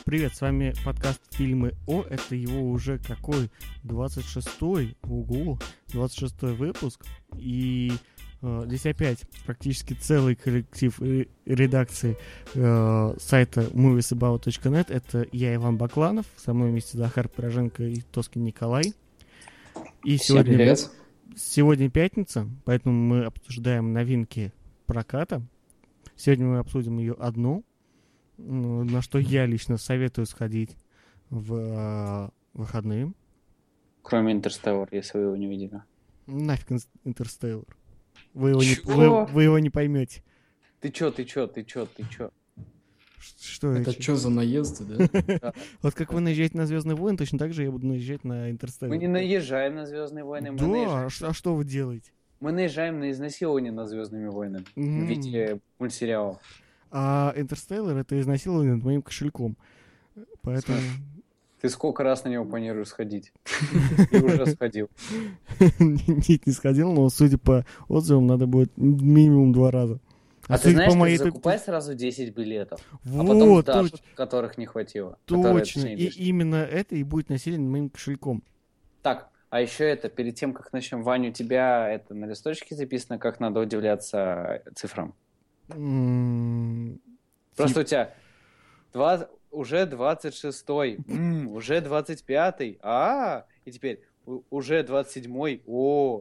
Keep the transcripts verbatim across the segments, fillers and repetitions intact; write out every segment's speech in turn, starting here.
Привет, с вами подкаст «Фильмы О». Это его уже какой? двадцать шестой? Ого! двадцать шестой выпуск. И э, здесь опять практически целый коллектив и редакции э, сайта movies about точка нет. Это я, Иван Бакланов. Со мной вместе Захар Пироженко и Тоскин Николай. И сегодня, привет. Сегодня пятница, поэтому мы обсуждаем новинки проката. Сегодня мы обсудим ее одну, на что я лично советую сходить в э, выходные. Кроме Интерстеллар, если вы его не видели. Нафиг Интерстеллар. Вы его, не, вы, вы его не поймете. Ты чё, ты чё, ты чё, ты чё? Что это что за наезды, да? Вот как вы наезжаете на «Звездные войны», точно так же я буду наезжать на Интерстеллар. Мы не наезжаем на «Звездные войны», мы наезжаем. Да, а что вы делаете? Мы наезжаем на изнасилование над «Звездными войнами» в виде мультсериала. А Интерстеллар — это изнасилование над моим кошельком. Поэтому... Ты сколько раз на него планируешь сходить? Ты уже сходил. Нет, не сходил, но, судя по отзывам, надо будет минимум два раза. А, а ты знаешь, ты моей... закупай сразу десять билетов, вот, а потом сдашь, точ... которых не хватило. Точно, которые, и именно это и будет насилие над моим кошельком. Так, а еще это, перед тем, как начнем, Вань, у тебя это на листочке записано, как надо удивляться цифрам? Mm, Просто тип... у тебя два... уже двадцать шестой, м-м, уже двадцать пятый, а, и теперь уже двадцать седьмой, о.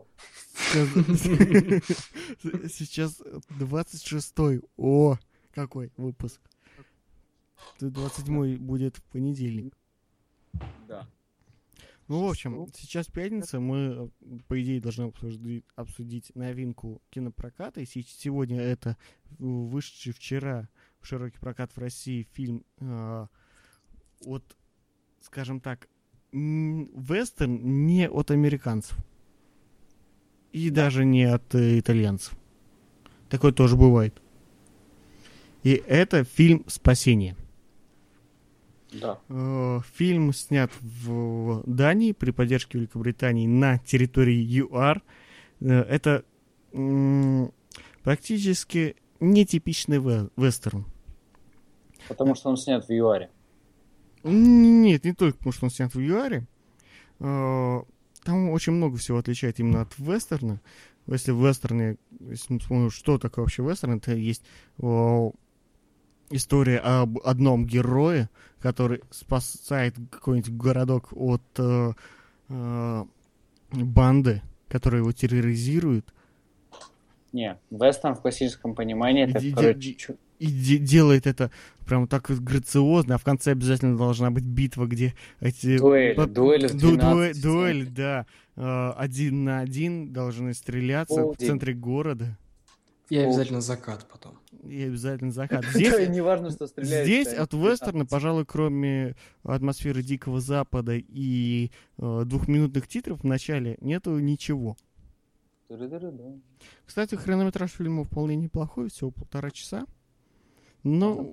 Сейчас двадцать шестой, о, какой выпуск. двадцать седьмой будет в понедельник. Да. Ну, в общем, сейчас пятница, мы, по идее, должны обсудить, обсудить новинку кинопроката. И сегодня это вышедший вчера в широкий прокат в России фильм э, от, скажем так, вестерн не от американцев. И да. даже не от э, итальянцев. Такое тоже бывает. И это фильм «Спасение». Да. Э, фильм снят в Дании при поддержке Великобритании на территории ЮАР. Э, это м- практически нетипичный ве- вестерн. Потому что он снят в ЮАРе. Нет, не только потому, что он снят в ЮАРе. Э, там очень много всего отличает именно от вестерна. Если в вестерне, если мы вспомним, что такое вообще вестерн, это есть о, история об одном герое, который спасает какой-нибудь городок от э, э, банды, которая его терроризирует. Не, вестерн в классическом понимании это, и, короче... Де, и де, делает это прям так грациозно, а в конце обязательно должна быть битва, где эти... Дуэль, по... дуэль в двенадцать. Дуэль, дуэль, да. Э, один на один должны стреляться Полдень. В центре города. И обязательно закат потом. И обязательно закат. Здесь, не важно, что стреляет. Здесь от вестерна, пожалуй, кроме атмосферы Дикого Запада и э, двухминутных титров в начале, нету ничего. Кстати, хронометраж фильма вполне неплохой, всего полтора часа. Но,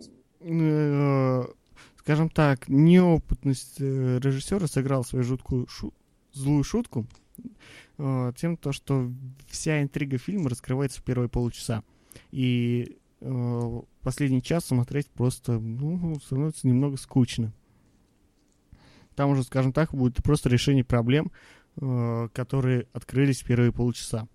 э, скажем так, неопытность э, режиссера сыграла свою жуткую шу- злую шутку. Тем, то, что вся интрига фильма раскрывается в первые полчаса. И э, последний час смотреть просто ну, становится немного скучно. Там уже, скажем так, будет просто решение проблем, э, которые открылись в первые полчаса.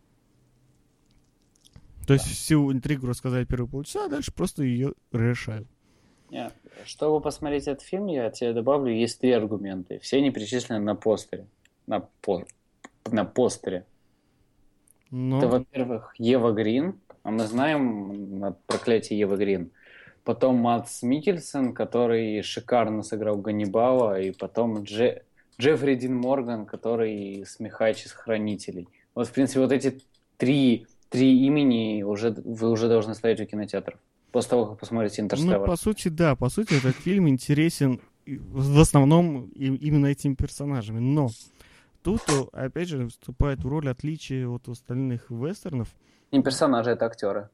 То да. есть всю интригу рассказали в первые полчаса, а дальше просто ее решают. Нет. Чтобы посмотреть этот фильм, я тебе добавлю, есть три аргумента. Все они перечислены на постере. На постере. на постере. Но... Это, во-первых, Ева Грин, а мы знаем проклятие Евы Грин. Потом Мадс Миккельсен, который шикарно сыграл Ганнибала, и потом Дже... Джеффри Дин Морган, который смехач из «Хранителей». Вот, в принципе, вот эти три, три имени уже, вы уже должны ставить в кинотеатрах после того, как посмотрите «Интерстеллар». Ну, по сути, да, по сути, этот фильм интересен в основном именно этими персонажами, но тут, опять же, выступает в роль отличия от остальных вестернов. Не персонажи, это актеры.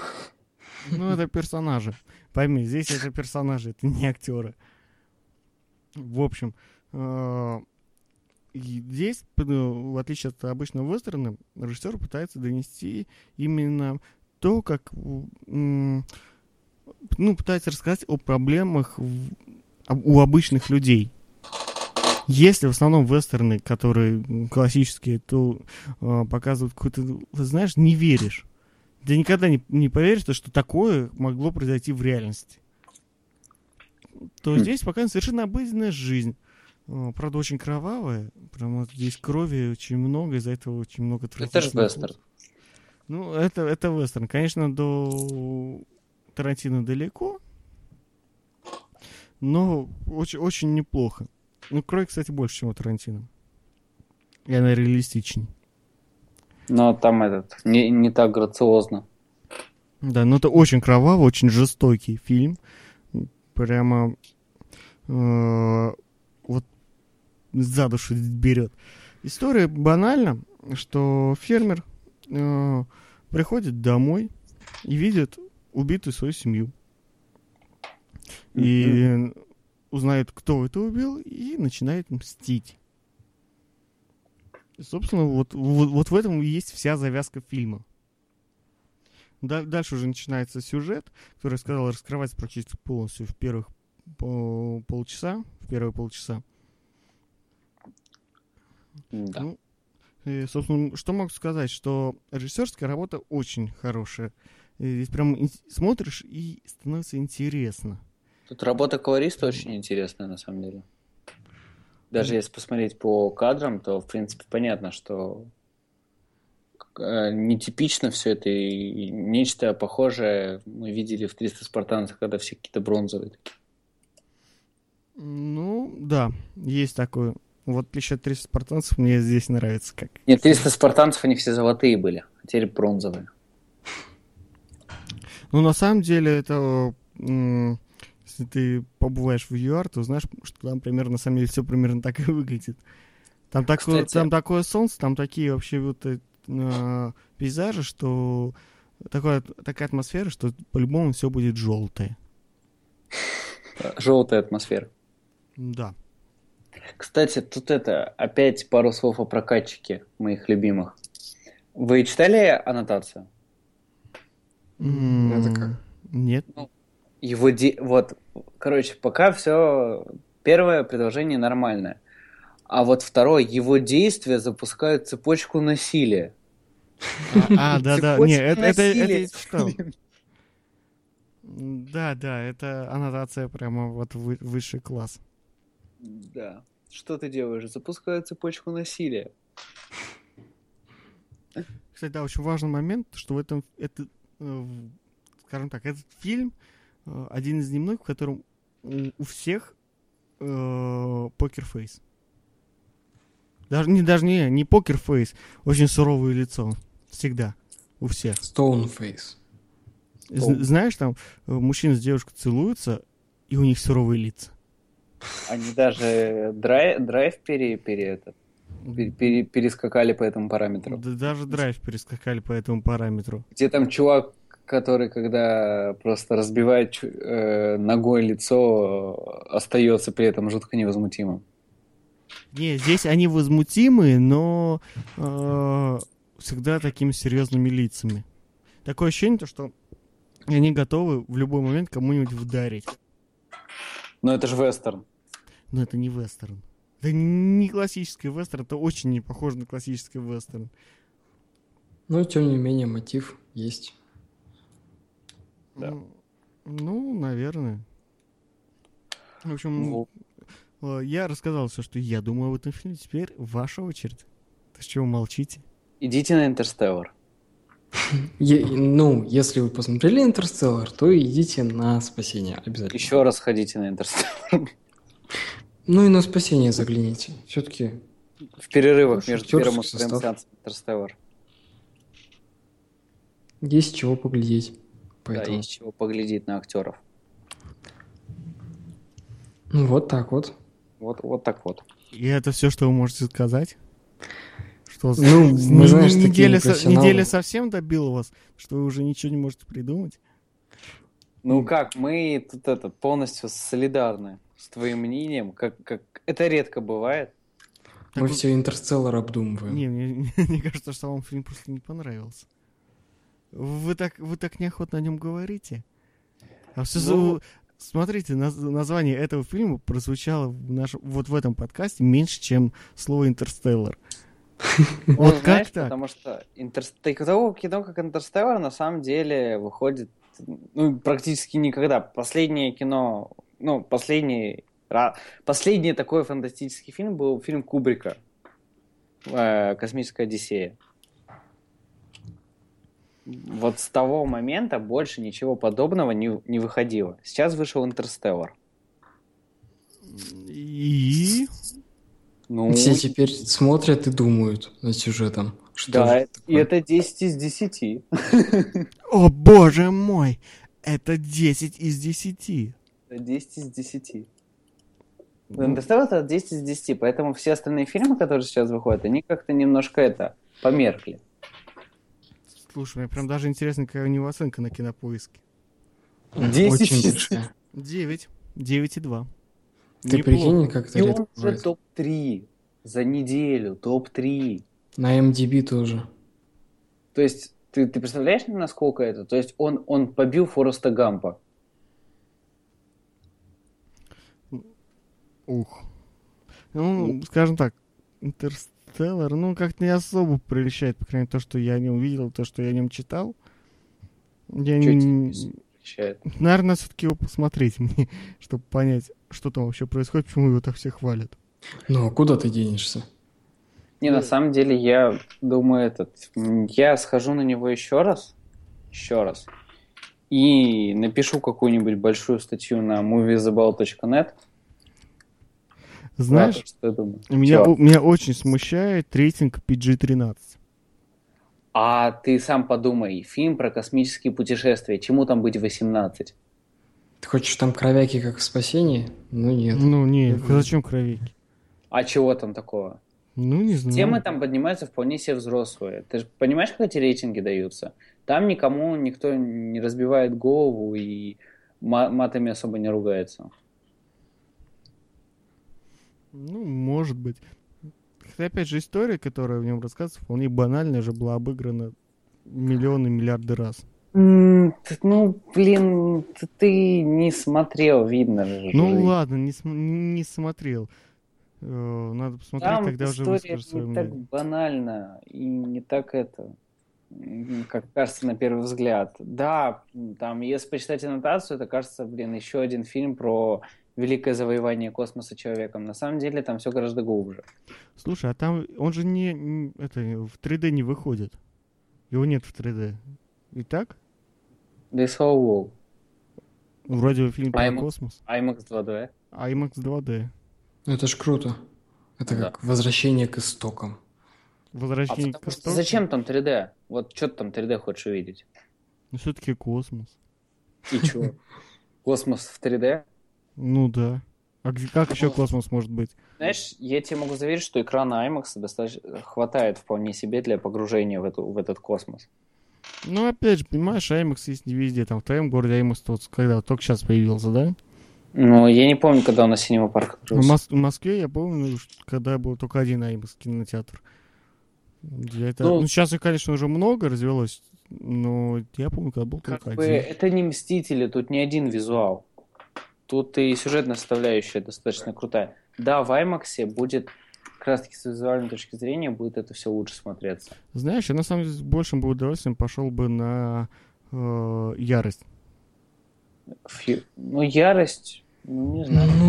Ну, это персонажи. Пойми, здесь это персонажи, это не актеры. В общем, здесь, в отличие от обычного вестерна, режиссер пытается донести именно то, как... Ну, пытается рассказать о проблемах у обычных людей. Если в основном вестерны, которые классические, то э, показывают какой-то, ты знаешь, не веришь. Ты никогда не, не поверишь, что такое могло произойти в реальности. То mm. здесь показана совершенно обыденная жизнь. Э, правда, очень кровавая. Прямо здесь крови очень много, из-за этого очень много трагичных. Это же вестерн. Ну, это, это вестерн. Конечно, до Тарантино далеко, но очень, очень неплохо. Ну, крови, кстати, больше, чем у Тарантино. И она реалистичнее. Но там этот, не, не так грациозно. Да, но это очень кровавый, очень жестокий фильм. Прямо э, вот за душу берет. История банальна, что фермер э, приходит домой и видит убитую свою семью. Mm-hmm. И узнает, кто это убил, и начинает мстить. И, собственно, вот, вот, вот в этом и есть вся завязка фильма. Да, дальше уже начинается сюжет, который я сказал раскрывается практически полностью в первых пол, полчаса. В первые полчаса. Да. Ну, и, собственно, что могу сказать, что режиссерская работа очень хорошая. И здесь прям смотришь, и становится интересно. Тут работа колориста очень интересная, на самом деле. Даже если посмотреть по кадрам, то, в принципе, понятно, что нетипично все это, и нечто похожее мы видели в триста спартанцев, когда все какие-то бронзовые. Ну, да, есть такое. Вот отличие от триста спартанцев мне здесь нравится как. Нет, триста спартанцев, они все золотые были, а теперь бронзовые. Ну, на самом деле, это... М- если ты побываешь в ю ар, то знаешь, что там примерно, на самом деле, все примерно так и выглядит. Там, такое, там такое солнце, там такие вообще вот э, пейзажи, что такое, такая атмосфера, что по-любому все будет желтое. Желтая атмосфера. Да. Кстати, тут это, опять пару слов о прокатчике моих любимых. Вы читали аннотацию? Mm, это как? Нет. Ну, его де... Вот, короче, пока все... Первое предложение нормальное. А вот второе, его действия запускают цепочку насилия. А, да-да, не, это я читал. Да, да, это аннотация прямо вот высший класс. Да. Что ты делаешь? Запускают цепочку насилия. Кстати, да, очень важный момент, что в этом, это, скажем так, этот фильм один из немногих, в котором у, у всех покерфейс. Даже не, даже не, не покерфейс, очень суровое лицо. Всегда. У всех. Стоунфейс. З- знаешь, там мужчина с девушкой целуются, и у них суровые лица. Они даже драйв, драйв пере, пере, это, пере, пере, перескакали по этому параметру. Да, даже драйв перескакали по этому параметру. Где там чувак, который, когда просто разбивает э, ногой лицо, остается при этом жутко невозмутимым. Не, здесь они возмутимые, но э, всегда такими серьезными лицами. Такое ощущение, что они готовы в любой момент кому-нибудь вдарить. Но это же вестерн. Но это не вестерн. Это не классический вестерн, это очень не похоже на классический вестерн. Но, тем не менее, мотив есть. Да. Ну, ну, наверное. В общем, ну... я рассказал все, что я думаю об этом фильме. Теперь ваша очередь. Ты с чего молчите? Идите на «Интерстеллар». Е- ну, если вы посмотрели «Интерстеллар», то идите на «Спасение» обязательно. Еще раз ходите на «Интерстеллар». Ну и на «Спасение» загляните. Все-таки... В перерывах между первым и вторым сеансом «Интерстеллар». Есть чего поглядеть. Поэтому... Да, есть чего поглядеть на актеров. Ну, вот так вот. Вот, вот так вот. И это все, что вы можете сказать? Что ну, с... мы, знаешь, неделя, со... неделя совсем добила вас, что вы уже ничего не можете придумать? Ну как, мы тут это полностью солидарны с твоим мнением, как, как это редко бывает. Мы так... все «Интерстеллар» обдумываем. Не, мне, мне кажется, что вам фильм просто не понравился. Вы так, вы так неохотно о нем говорите. А все, ну... смотрите, наз- название этого фильма прозвучало в нашем, вот в этом подкасте меньше, чем слово «Интерстеллар». Вот как так? Потому что такого кино, как «Интерстеллар», на самом деле выходит ну, практически никогда. Последнее кино, ну, последний, последний такой фантастический фильм был фильм Кубрика «Космическая Одиссея». Вот с того момента больше ничего подобного не, не выходило. Сейчас вышел «Интерстеллар». И... Ну... Все теперь смотрят и думают над сюжетом. Что да, и это десять из десяти. О, боже мой! Это десять из десяти. Это десять из десяти. «Интерстеллар» это десять из десяти, поэтому все остальные фильмы, которые сейчас выходят, они как-то немножко это, померкли. Слушай, мне прям даже интересно, какая у него оценка на Кинопоиске. десять. Очень большая. девять. девять и два. Ты прикинь, как это редко. И он уже топ три за неделю, топ три. На эм ди би тоже. То есть, ты, ты представляешь, насколько это? То есть, он, он побил Фореста Гампа. Ух. Ну, скажем так, «Интерстеллар», ну, как-то не особо прельщает, по крайней мере, то, что я о нем видел, то, что я о нем читал. Я не... Наверное, все-таки его посмотреть мне, чтобы понять, что там вообще происходит, почему его так все хвалят. Ну, а куда ты денешься? Не, на самом деле, я думаю, этот... Я схожу на него еще раз, еще раз, и напишу какую-нибудь большую статью на moviesaboutt точка нет. Знаешь, да, что я думаю. Меня, о, меня очень смущает рейтинг пи джи тринадцать. А ты сам подумай, фильм про космические путешествия, чему там быть восемнадцать? Ты хочешь там кровяки как в «Спасении»? Ну нет. Ну нет, зачем кровяки? А чего там такого? Ну не знаю. Темы там поднимаются вполне себе взрослые. Ты же понимаешь, как эти рейтинги даются? Там никому никто не разбивает голову и матами особо не ругается. Ну, может быть. Хотя, опять же, история, которая в нем рассказывается, вполне банальная же, была обыграна миллионы, миллиарды раз. Mm, ну, блин, ты, ты не смотрел, видно же. Ну, ладно, не, см- не смотрел. Uh, надо посмотреть, там тогда уже выскажу свое не мнение. Так банально и не так это, как кажется на первый взгляд. Да, там, если почитать аннотацию, это кажется, блин, еще один фильм про великое завоевание космоса человеком. На самом деле там все гораздо глубже. Слушай, а там он же не, не это в три дэ не выходит. Его нет в три дэ. И так? This Whole World. Вроде фильм про космос. IMAX два дэ. IMAX два дэ. Ну это ж круто. Это да. Как возвращение к истокам. Возвращение а к истокам? Зачем там три дэ? Вот что ты там три дэ хочешь увидеть? Ну все-таки космос. И чё? Космос в три дэ? Ну да. А где, как еще космос может быть? Знаешь, я тебе могу заверить, что экрана IMAX достаточно хватает вполне себе для погружения в, эту, в этот космос. Ну, опять же, понимаешь, IMAX есть не везде. Там в твоем городе IMAX вот, когда только сейчас появился, да? Ну, я не помню, когда у нас Cinema Park открылся. В, Мос- в Москве я помню, когда был только один IMAX кинотеатр. Это... Ну, ну, сейчас, конечно, уже много развелось, но я помню, когда был только бы один. Это не «Мстители», тут не один визуал. Тут и сюжетная составляющая достаточно крутая. Да, в IMAX будет, как раз таки с визуальной точки зрения, будет это все лучше смотреться. Знаешь, я на самом деле с большим бы удовольствием пошел бы на э, «Ярость». Фи... Ну, «Ярость», не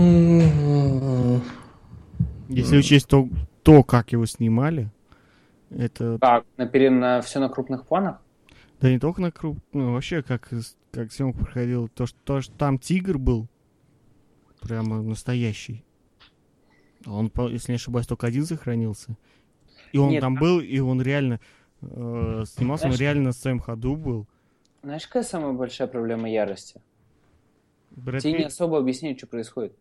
знаю. Если учесть то, то, как его снимали, это... Как? На, на, все на крупных планах? Да не только на крупных, ну, вообще, как, как съемка проходила, то что, то, что там тигр был, прямо настоящий. Он, если не ошибаюсь, только один сохранился. И он Нет, там а... был, и он реально э, снимался, Знаешь, он реально на своем ходу был. Знаешь, какая самая большая проблема «Ярости»? Брэд Тебе Питт... не особо объясняют, что происходит.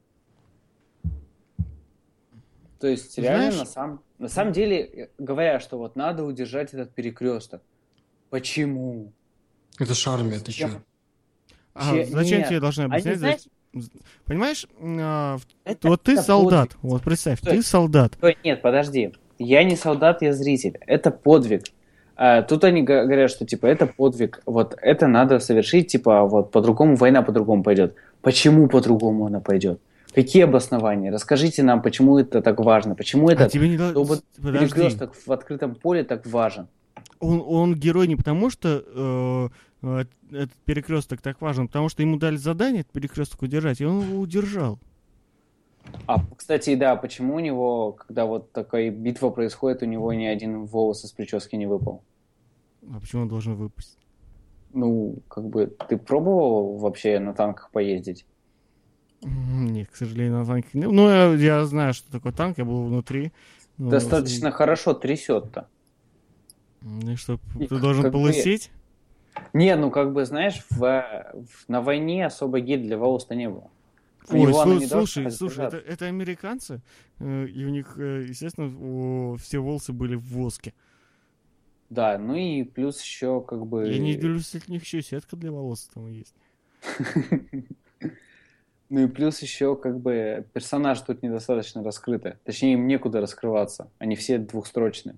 То есть, реально, Знаешь... на, сам... на самом деле, говорят, что вот надо удержать этот перекресток. Почему? Это ж армия, ты чё? А Че... зачем Нет. тебе должны объяснять? Они, знаешь... Понимаешь, а, это, вот ты это солдат, подвиг. вот представь, Стой. ты солдат. Стой. Нет, подожди, я не солдат, я зритель, это подвиг. А, тут они говорят, что типа это подвиг, вот это надо совершить, типа вот по-другому война по-другому пойдет. Почему по-другому она пойдет? Какие обоснования? Расскажите нам, почему это так важно, почему этот а не... перекресток в открытом поле так важен. Он, он герой не потому, что э, этот перекресток так важен, потому что ему дали задание этот перекресток удержать, и он его удержал. А, кстати, да, почему у него, когда вот такая битва происходит, у него ни один волос из прически не выпал? А почему он должен выпасть? Ну, как бы, ты пробовал вообще на танках поездить? Нет, к сожалению, на танке не. Ну, я, я знаю, что такое танк, я был внутри. Но... Достаточно хорошо трясет-то. Ну и что, и ты должен полысеть? Бы... Не, ну как бы, знаешь, в, в, на войне особо гель для волос-то не было. Ой, слушай, слушай, слушай это, это американцы, э, и у них, э, естественно, о, все волосы были в воске. Да, ну и плюс еще как бы... Я не делюсь, от них еще сетка для волос там есть. Ну и плюс еще как бы персонаж тут недостаточно раскрытый. Точнее, им некуда раскрываться. Они все двухстрочные.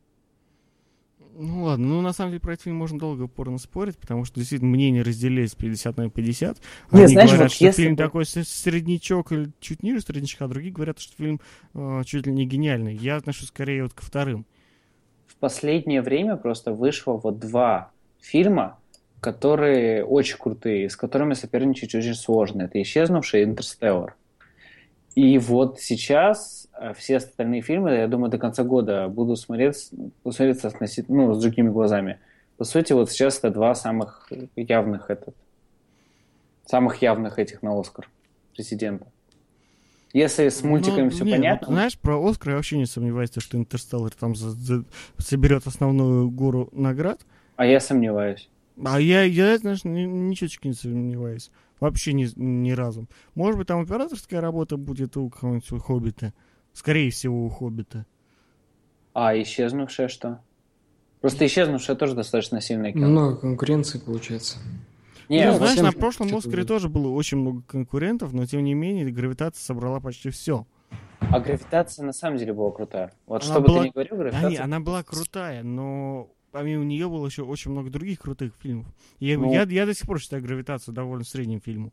Ну ладно, ну на самом деле про этот фильм можно долго упорно спорить, потому что действительно мнения разделились пятьдесят на пятьдесят. Одни знаешь, говорят, вот что если фильм бы... такой среднячок или чуть ниже среднячка, а другие говорят, что фильм э, чуть ли не гениальный. Я отношусь скорее вот ко вторым. В последнее время просто вышло вот два фильма, которые очень крутые, с которыми соперничать очень сложно. Это «Исчезнувший» и «Интерстеллар». И вот сейчас все остальные фильмы, я думаю, до конца года буду смотреться, смотреться относительно, ну, с другими глазами. По сути, вот сейчас это два самых явных, этот, самых явных этих на «Оскар» президента. Если с мультиками ну, все не, понятно... Вот, знаешь, про «Оскар» я вообще не сомневаюсь, что «Интерстеллар» там за, за, соберет основную гору наград. А я сомневаюсь. А я, я знаешь, ни, ничего не сомневаюсь. Вообще ни, ни разу. Может быть, там операторская работа будет у какого-нибудь «Хоббита». Скорее всего, у «Хоббита». А «Исчезнувшая» что? Просто «Исчезнувшая» тоже достаточно сильная кино. Много конкуренции получается. Не, ну, знаешь, на прошлом «Оскаре» тоже было очень много конкурентов, но тем не менее «Гравитация» собрала почти все. А «Гравитация» на самом деле была крутая. Вот она что была... бы ты ни говорил, «Гравитация»... А не, она была крутая, но... Помимо нее было еще очень много других крутых фильмов. Я, ну, я, я до сих пор считаю «Гравитацию» довольно средним фильмом.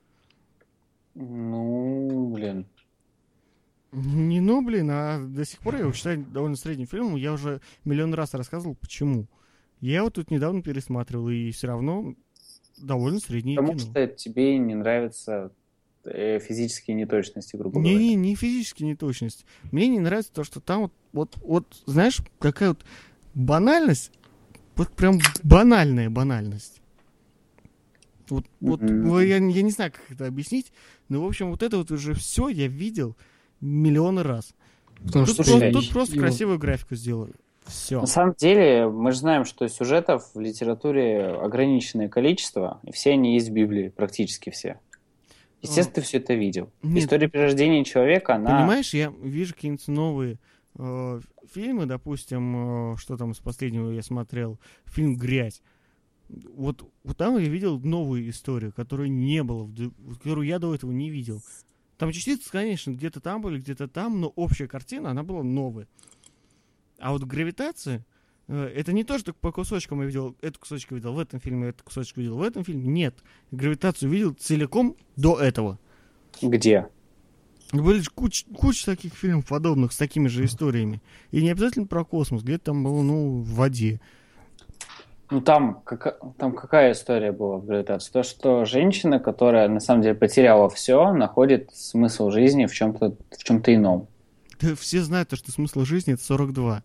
Ну, блин. Не ну, блин, а до сих пор я его считаю довольно средним фильмом. Я уже миллион раз рассказывал, почему. Я вот тут недавно пересматривал, и все равно довольно среднее Потому кино. Потому что тебе не нравятся физические неточности, грубо не, говоря. Не, не физические неточности. Мне не нравится то, что там вот, вот, вот знаешь, какая вот банальность, вот прям банальная банальность. Вот, вот mm-hmm. я, я не знаю, как это объяснить, но, в общем, вот это вот уже все я видел миллионы раз. Потому тут, что тут, тут просто его... красивую графику сделали. Все. На самом деле, мы же знаем, что сюжетов в литературе ограниченное количество, и все они есть в Библии, практически все. Естественно, а... ты все это видел. Нет. История перерождения человека, она... Понимаешь, я вижу какие-нибудь новые э, фильмы, допустим, э, что там из последнего я смотрел, фильм «Грязь». Вот, вот там я видел новую историю, которую не было, которую я до этого не видел. Там частицы, конечно, где-то там были, где-то там, но общая картина, она была новая. А вот «Гравитация», э, это не то, что по кусочкам я видел, этот кусочек видел в этом фильме, этот кусочек видел в этом фильме. Нет, «Гравитацию» видел целиком до этого. Где? Были куча, куча таких фильмов подобных с такими же историями. И не обязательно про космос, где-то там было, ну, в воде. Ну, там, как, там какая история была в «Гравитации»? То, что женщина, которая на самом деле потеряла все, находит смысл жизни в чем-то, в чем-то ином. Да все знают, что смысл жизни — это сорок два.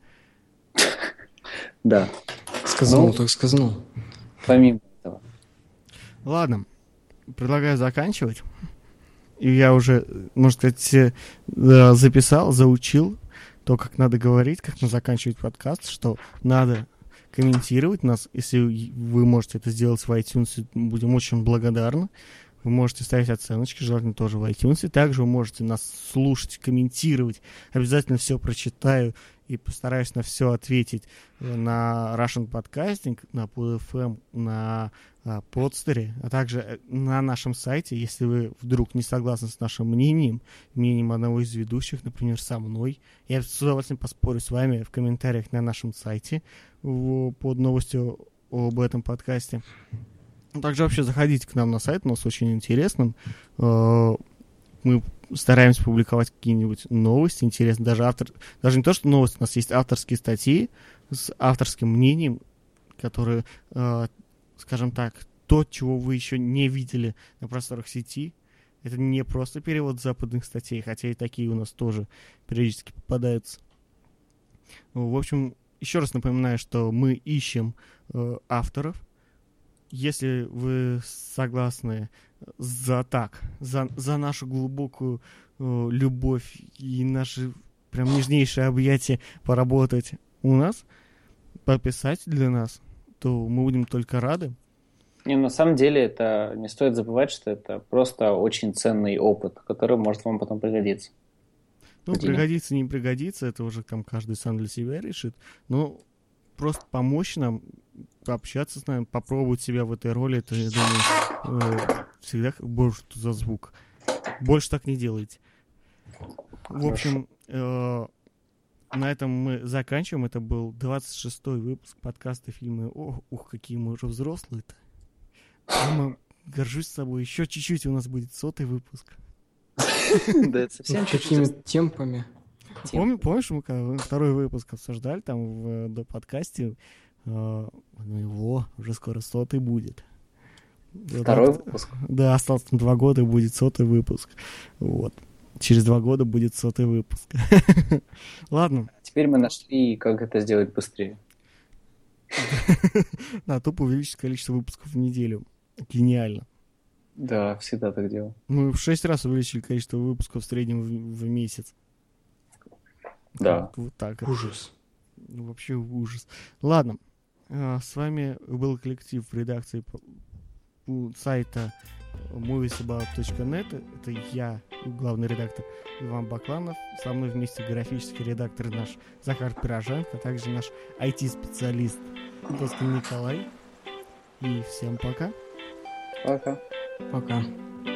Да. Сказал, так сказал. Помимо этого. Ладно, предлагаю заканчивать. И я уже, можно сказать, записал, заучил то, как надо говорить, как надо заканчивать подкаст, что надо комментировать нас. Если вы можете это сделать в iTunes, будем очень благодарны. Вы можете ставить оценочки, желательно тоже в iTunes. Также вы можете нас слушать, комментировать. Обязательно все прочитаю и постараюсь на все ответить на Russian Podcasting, на пи эф эм, на Podster, а также на нашем сайте. Если вы вдруг не согласны с нашим мнением, мнением одного из ведущих, например, со мной, я с удовольствием поспорю с вами в комментариях на нашем сайте под новостью об этом подкасте. Также вообще заходите к нам на сайт, у нас очень интересно. Мы стараемся публиковать какие-нибудь новости интересные. Даже, автор... Даже не то, что новости, у нас есть авторские статьи с авторским мнением, которые, скажем так, то, чего вы еще не видели на просторах сети. Это не просто перевод западных статей, хотя и такие у нас тоже периодически попадаются. В общем, еще раз напоминаю, что мы ищем э, авторов. Если вы согласны за так, за, за нашу глубокую э, любовь и наши прям нежнейшие объятия поработать у нас, подписать для нас, то мы будем только рады. Не, на самом деле это не стоит забывать, что это просто очень ценный опыт, который может вам потом пригодиться. Ну, пригодится, не пригодится, это уже там каждый сам для себя решит. Но просто помочь нам, пообщаться с нами, попробовать себя в этой роли, это, я думаю, э, всегда как боже, что за звук. Больше так не делайте. В общем, э, на этом мы заканчиваем. Это был двадцать шестой выпуск подкаста фильмы. Ох, ух, какие мы уже взрослые-то. Я горжусь собой. Еще чуть-чуть, у нас будет сотый выпуск. Да, это совсем какими темпами. Помнишь, мы второй выпуск обсуждали там в до подкасте? Ну его, уже скоро сотый будет. Второй выпуск? Да, осталось там два года, и будет сотый выпуск. Вот. Через два года будет сотый выпуск. Ладно. Теперь мы нашли, как это сделать быстрее. Да, тупо увеличить количество выпусков в неделю. Гениально. Да, всегда так делал. Мы в шесть раз увеличили количество выпусков в среднем в, в месяц. Да. Вот, вот так. Ужас. Вообще ужас. Ладно. А, с вами был коллектив в редакции сайта movies about точка нет. Это я, главный редактор Иван Бакланов. Со мной вместе графический редактор наш Захар Пироженко, а также наш ай ти-специалист Тоскин Николай. И всем пока. Пока. Пока.